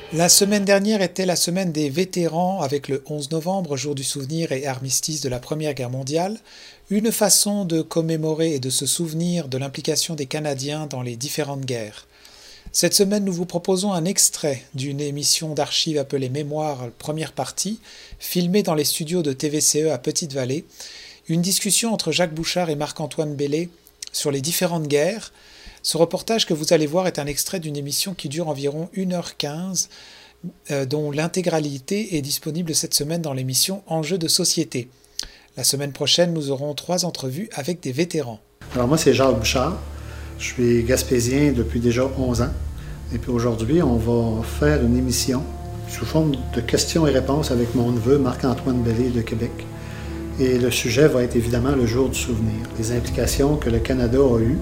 La semaine dernière était la semaine des vétérans avec le 11 novembre, jour du souvenir et armistice de la Première Guerre mondiale, une façon de commémorer et de se souvenir de l'implication des Canadiens dans les différentes guerres. Cette semaine, nous vous proposons un extrait d'une émission d'archives appelée Mémoire, première partie, filmée dans les studios de TVCE à Petite-Vallée, une discussion entre Jacques Bouchard et Marc-Antoine Bellé sur les différentes guerres. Ce reportage que vous allez voir est un extrait d'une émission qui dure environ 1h15, dont l'intégralité est disponible cette semaine dans l'émission Enjeux de société. La semaine prochaine, nous aurons 3 entrevues avec des vétérans. Alors moi, c'est Jacques Bouchard. Je suis gaspésien depuis déjà 11 ans. Et puis aujourd'hui, on va faire une émission sous forme de questions et réponses avec mon neveu Marc-Antoine Bellé de Québec. Et le sujet va être évidemment le jour du souvenir, les implications que le Canada a eues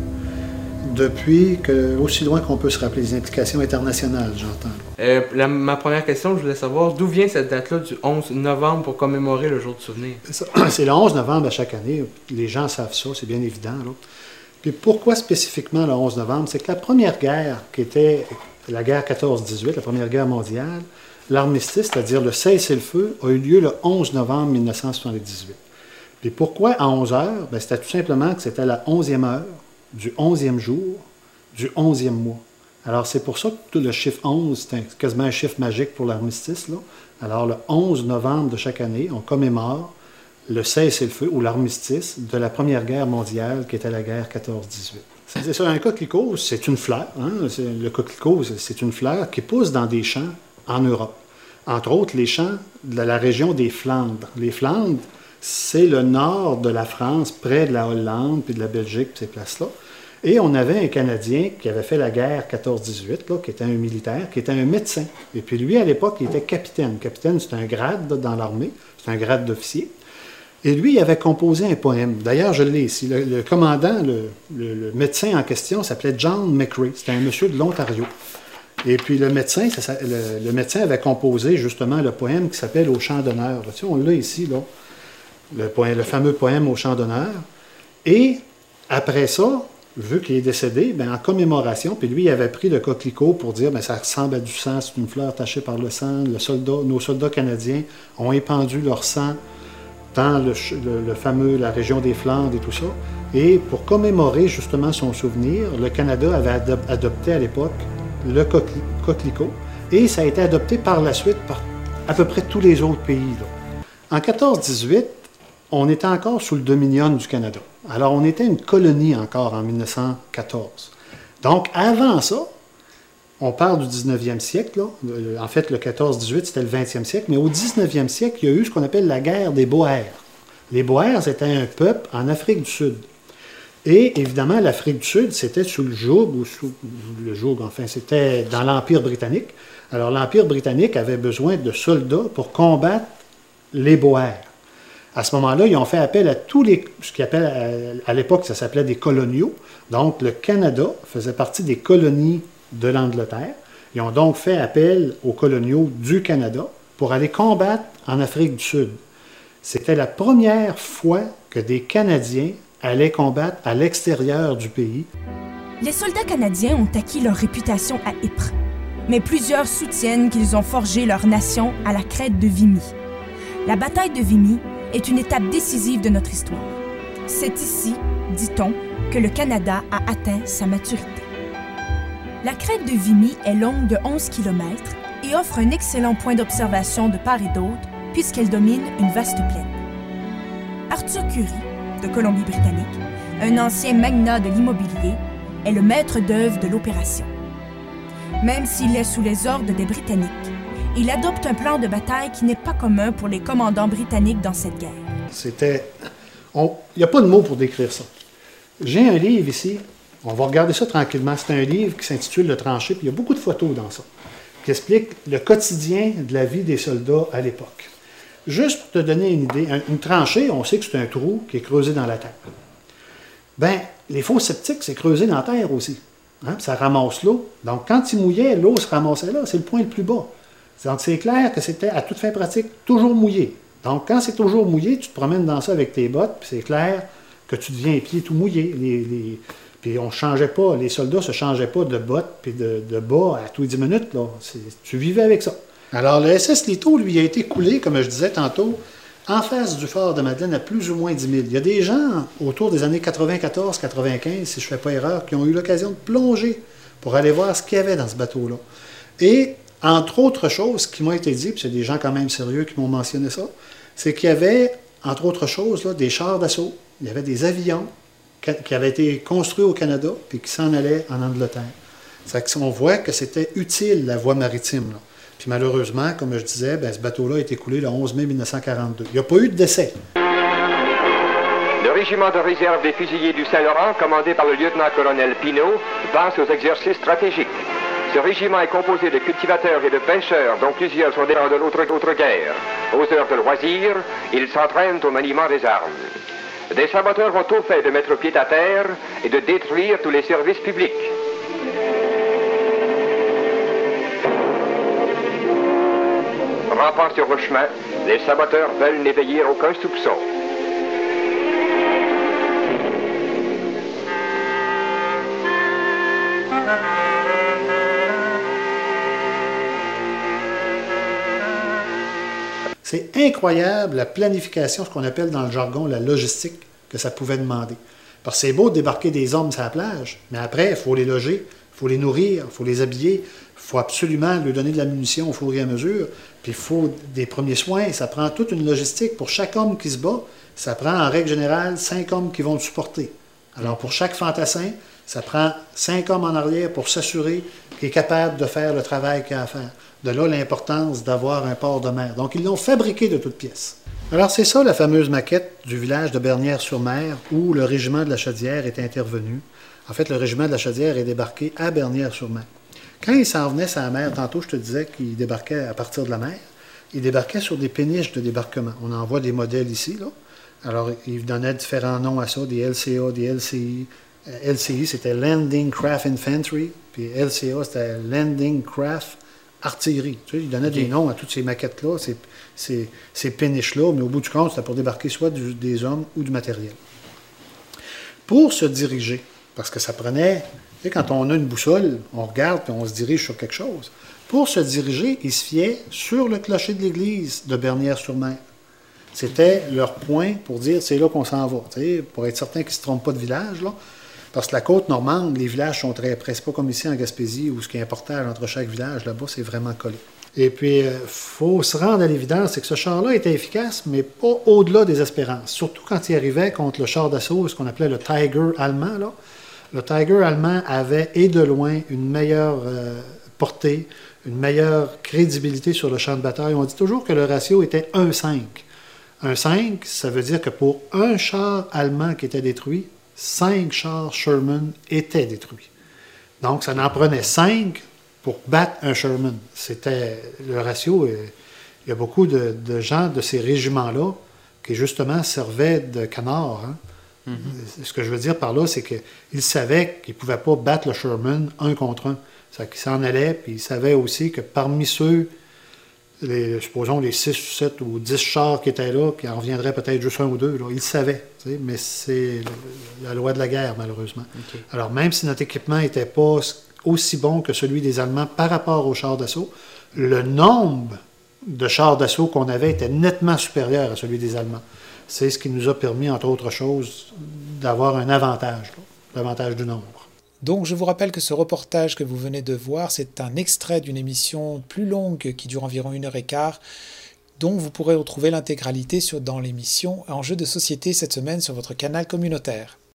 depuis aussi loin qu'on peut se rappeler, les implications internationales, j'entends. Ma première question, je voulais savoir d'où vient cette date-là du 11 novembre pour commémorer le jour du souvenir? C'est le 11 novembre à chaque année. Les gens savent ça, c'est bien évident. Là. Puis pourquoi spécifiquement le 11 novembre? C'est que la première guerre, qui était la guerre 14-18, la première guerre mondiale, l'armistice, c'est-à-dire le cessez-le-feu, a eu lieu le 11 novembre 1978. Puis pourquoi à 11 heures? Bien, c'était tout simplement que c'était la 11e heure du 11e jour du 11e mois. Alors, c'est pour ça que tout le chiffre 11, c'est quasiment un chiffre magique pour l'armistice, là. Alors, le 11 novembre de chaque année, on commémore le cessez-le-feu ou l'armistice de la Première Guerre mondiale, qui était la guerre 14-18. C'est ça, un coquelicot, c'est une fleur. Hein? Le coquelicot, c'est une fleur qui pousse dans des champs en Europe. Entre autres, les champs de la région des Flandres. Les Flandres, c'est le nord de la France, près de la Hollande, puis de la Belgique, puis ces places-là. Et on avait un Canadien qui avait fait la guerre 14-18, là, qui était un militaire, qui était un médecin. Et puis lui, à l'époque, il était capitaine. Capitaine, c'est un grade là, dans l'armée, c'est un grade d'officier. Et lui, il avait composé un poème. D'ailleurs, je l'ai ici. Le commandant, le médecin en question, s'appelait John McCrae. C'était un monsieur de l'Ontario. Et puis le médecin avait composé justement le poème qui s'appelle Au champ d'honneur. Tu sais, on l'a ici, là. Le fameux poème Au champ d'honneur. Et après ça, vu qu'il est décédé, bien, en commémoration, puis lui, il avait pris le coquelicot pour dire bien, ça ressemble à du sang, c'est une fleur tachée par le sang. Nos soldats canadiens ont épandu leur sang dans la région des Flandres et tout ça. Et pour commémorer justement son souvenir, le Canada avait adopté à l'époque le coquelicot. Et ça a été adopté par la suite par à peu près tous les autres pays. Là. En 14-18, on était encore sous le dominion du Canada. Alors, on était une colonie encore en 1914. Donc, avant ça, on parle du 19e siècle. Là. En fait, le 14-18, c'était le 20e siècle. Mais au 19e siècle, il y a eu ce qu'on appelle la guerre des Boers. Les Boers, c'était un peuple en Afrique du Sud. Et évidemment, l'Afrique du Sud, c'était sous le joug, c'était dans l'Empire britannique. Alors, l'Empire britannique avait besoin de soldats pour combattre les Boers. À ce moment-là, ils ont fait appel à ce qu'ils appellent, à l'époque, ça s'appelait des coloniaux. Donc, le Canada faisait partie des colonies de l'Angleterre. Ils ont donc fait appel aux coloniaux du Canada pour aller combattre en Afrique du Sud. C'était la première fois que des Canadiens allaient combattre à l'extérieur du pays. Les soldats canadiens ont acquis leur réputation à Ypres, mais plusieurs soutiennent qu'ils ont forgé leur nation à la crête de Vimy. La bataille de Vimy est une étape décisive de notre histoire. C'est ici, dit-on, que le Canada a atteint sa maturité. La crête de Vimy est longue de 11 km et offre un excellent point d'observation de part et d'autre puisqu'elle domine une vaste plaine. Arthur Currie, de Colombie-Britannique, un ancien magnat de l'immobilier, est le maître d'œuvre de l'opération. Même s'il est sous les ordres des Britanniques, il adopte un plan de bataille qui n'est pas commun pour les commandants britanniques dans cette guerre. Il n'y a pas de mots pour décrire ça. J'ai un livre ici, on va regarder ça tranquillement. C'est un livre qui s'intitule Le tranché, puis il y a beaucoup de photos dans ça, qui explique le quotidien de la vie des soldats à l'époque. Juste pour te donner une idée, une tranchée, on sait que c'est un trou qui est creusé dans la terre. Bien, les fosses septiques, c'est creusé dans la terre aussi. Hein? Ça ramasse l'eau. Donc, quand il mouillait, l'eau se ramassait là, c'est le point le plus bas. Donc, c'est clair que c'était, à toute fin pratique, toujours mouillé. Donc, quand c'est toujours mouillé, tu te promènes dans ça avec tes bottes, puis c'est clair que tu deviens les pieds tout mouillés. Puis on changeait pas, les soldats se changeaient pas de bottes puis de bas à tous les 10 minutes. Là. Tu vivais avec ça. Alors le SS Lito, lui, a été coulé, comme je disais tantôt, en face du fort de Madeleine à plus ou moins 10 000. Il y a des gens autour des années 94-95, si je ne fais pas erreur, qui ont eu l'occasion de plonger pour aller voir ce qu'il y avait dans ce bateau-là. Et, entre autres choses, ce qui m'a été dit, puis c'est des gens quand même sérieux qui m'ont mentionné ça, c'est qu'il y avait, entre autres choses, là, des chars d'assaut, il y avait des avions qui avaient été construits au Canada puis qui s'en allaient en Angleterre. On voit que c'était utile, la voie maritime. Là. Puis malheureusement, comme je disais, ce bateau-là a été coulé le 11 mai 1942. Il n'y a pas eu de décès. Le régiment de réserve des fusiliers du Saint-Laurent, commandé par le lieutenant-colonel Pinault, passe aux exercices stratégiques. Ce régiment est composé de cultivateurs et de pêcheurs, dont plusieurs sont des rangs de l'autre guerre. Aux heures de loisir, ils s'entraînent au maniement des armes. Des saboteurs ont au fait de mettre pied à terre et de détruire tous les services publics. Rampant sur le chemin, les saboteurs veulent n'éveiller aucun soupçon. C'est incroyable la planification, ce qu'on appelle dans le jargon la logistique, que ça pouvait demander. Parce que c'est beau de débarquer des hommes sur la plage, mais après, il faut les loger, il faut les nourrir, il faut les habiller, il faut absolument lui donner de la munition au fur et à mesure, puis il faut des premiers soins, ça prend toute une logistique. Pour chaque homme qui se bat, ça prend en règle générale 5 hommes qui vont le supporter. Alors pour chaque fantassin, ça prend 5 hommes en arrière pour s'assurer qu'il est capable de faire le travail qu'il a à faire. De là l'importance d'avoir un port de mer. Donc ils l'ont fabriqué de toutes pièces. Alors c'est ça la fameuse maquette du village de Bernières-sur-Mer où le régiment de la Chaudière est intervenu. En fait, le régiment de la Chaudière est débarqué à Bernières-sur-Mer. Quand il s'en venait sur la mer, tantôt je te disais qu'il débarquait à partir de la mer, il débarquait sur des péniches de débarquement. On en voit des modèles ici, là. Alors, il donnait différents noms à ça, des LCA, des LCI. LCI, c'était Landing Craft Infantry, puis LCA, c'était Landing Craft Artillery. Tu sais, il donnait des noms à toutes ces maquettes-là, ces péniches-là, mais au bout du compte, c'était pour débarquer soit des hommes ou du matériel. Pour se diriger, parce que ça prenait... Tu sais, quand on a une boussole, on regarde et on se dirige sur quelque chose. Pour se diriger, ils se fiaient sur le clocher de l'église de Bernières-sur-Mer. C'était leur point pour dire c'est là qu'on s'en va, tu sais, pour être certain qu'ils ne se trompent pas de village, là. Parce que la côte normande, les villages sont très près. C'est pas comme ici en Gaspésie où ce qui est important entre chaque village, là-bas, c'est vraiment collé. Et puis, il faut se rendre à l'évidence, c'est que ce char-là était efficace, mais pas au-delà des espérances. Surtout quand il arrivait contre le char d'assaut, ce qu'on appelait le Tiger allemand, là. Le Tiger allemand avait, et de loin, une meilleure portée, une meilleure crédibilité sur le champ de bataille. On dit toujours que le ratio était 1,5. 1,5, ça veut dire que pour un char allemand qui était détruit, 5 chars Sherman étaient détruits. Donc, ça en prenait 5 pour battre un Sherman. C'était le ratio. Il y a beaucoup de gens de ces régiments-là qui, justement, servaient de canards. Hein? Mm-hmm. Ce que je veux dire par là, c'est qu'ils savaient qu'ils ne pouvaient pas battre le Sherman un contre un. C'est qu'ils s'en allaient, puis ils savaient aussi que parmi ceux, supposons les 6, 7 ou 10 chars qui étaient là, qu'il en reviendrait peut-être juste un ou deux, là, ils le savaient. Mais c'est la loi de la guerre, malheureusement. Okay. Alors, même si notre équipement n'était pas aussi bon que celui des Allemands par rapport aux chars d'assaut, le nombre de chars d'assaut qu'on avait était nettement supérieur à celui des Allemands. C'est ce qui nous a permis, entre autres choses, d'avoir un avantage, l'avantage du nombre. Donc je vous rappelle que ce reportage que vous venez de voir, c'est un extrait d'une émission plus longue qui dure environ 1h15, dont vous pourrez retrouver l'intégralité dans l'émission Enjeux de société cette semaine sur votre canal communautaire.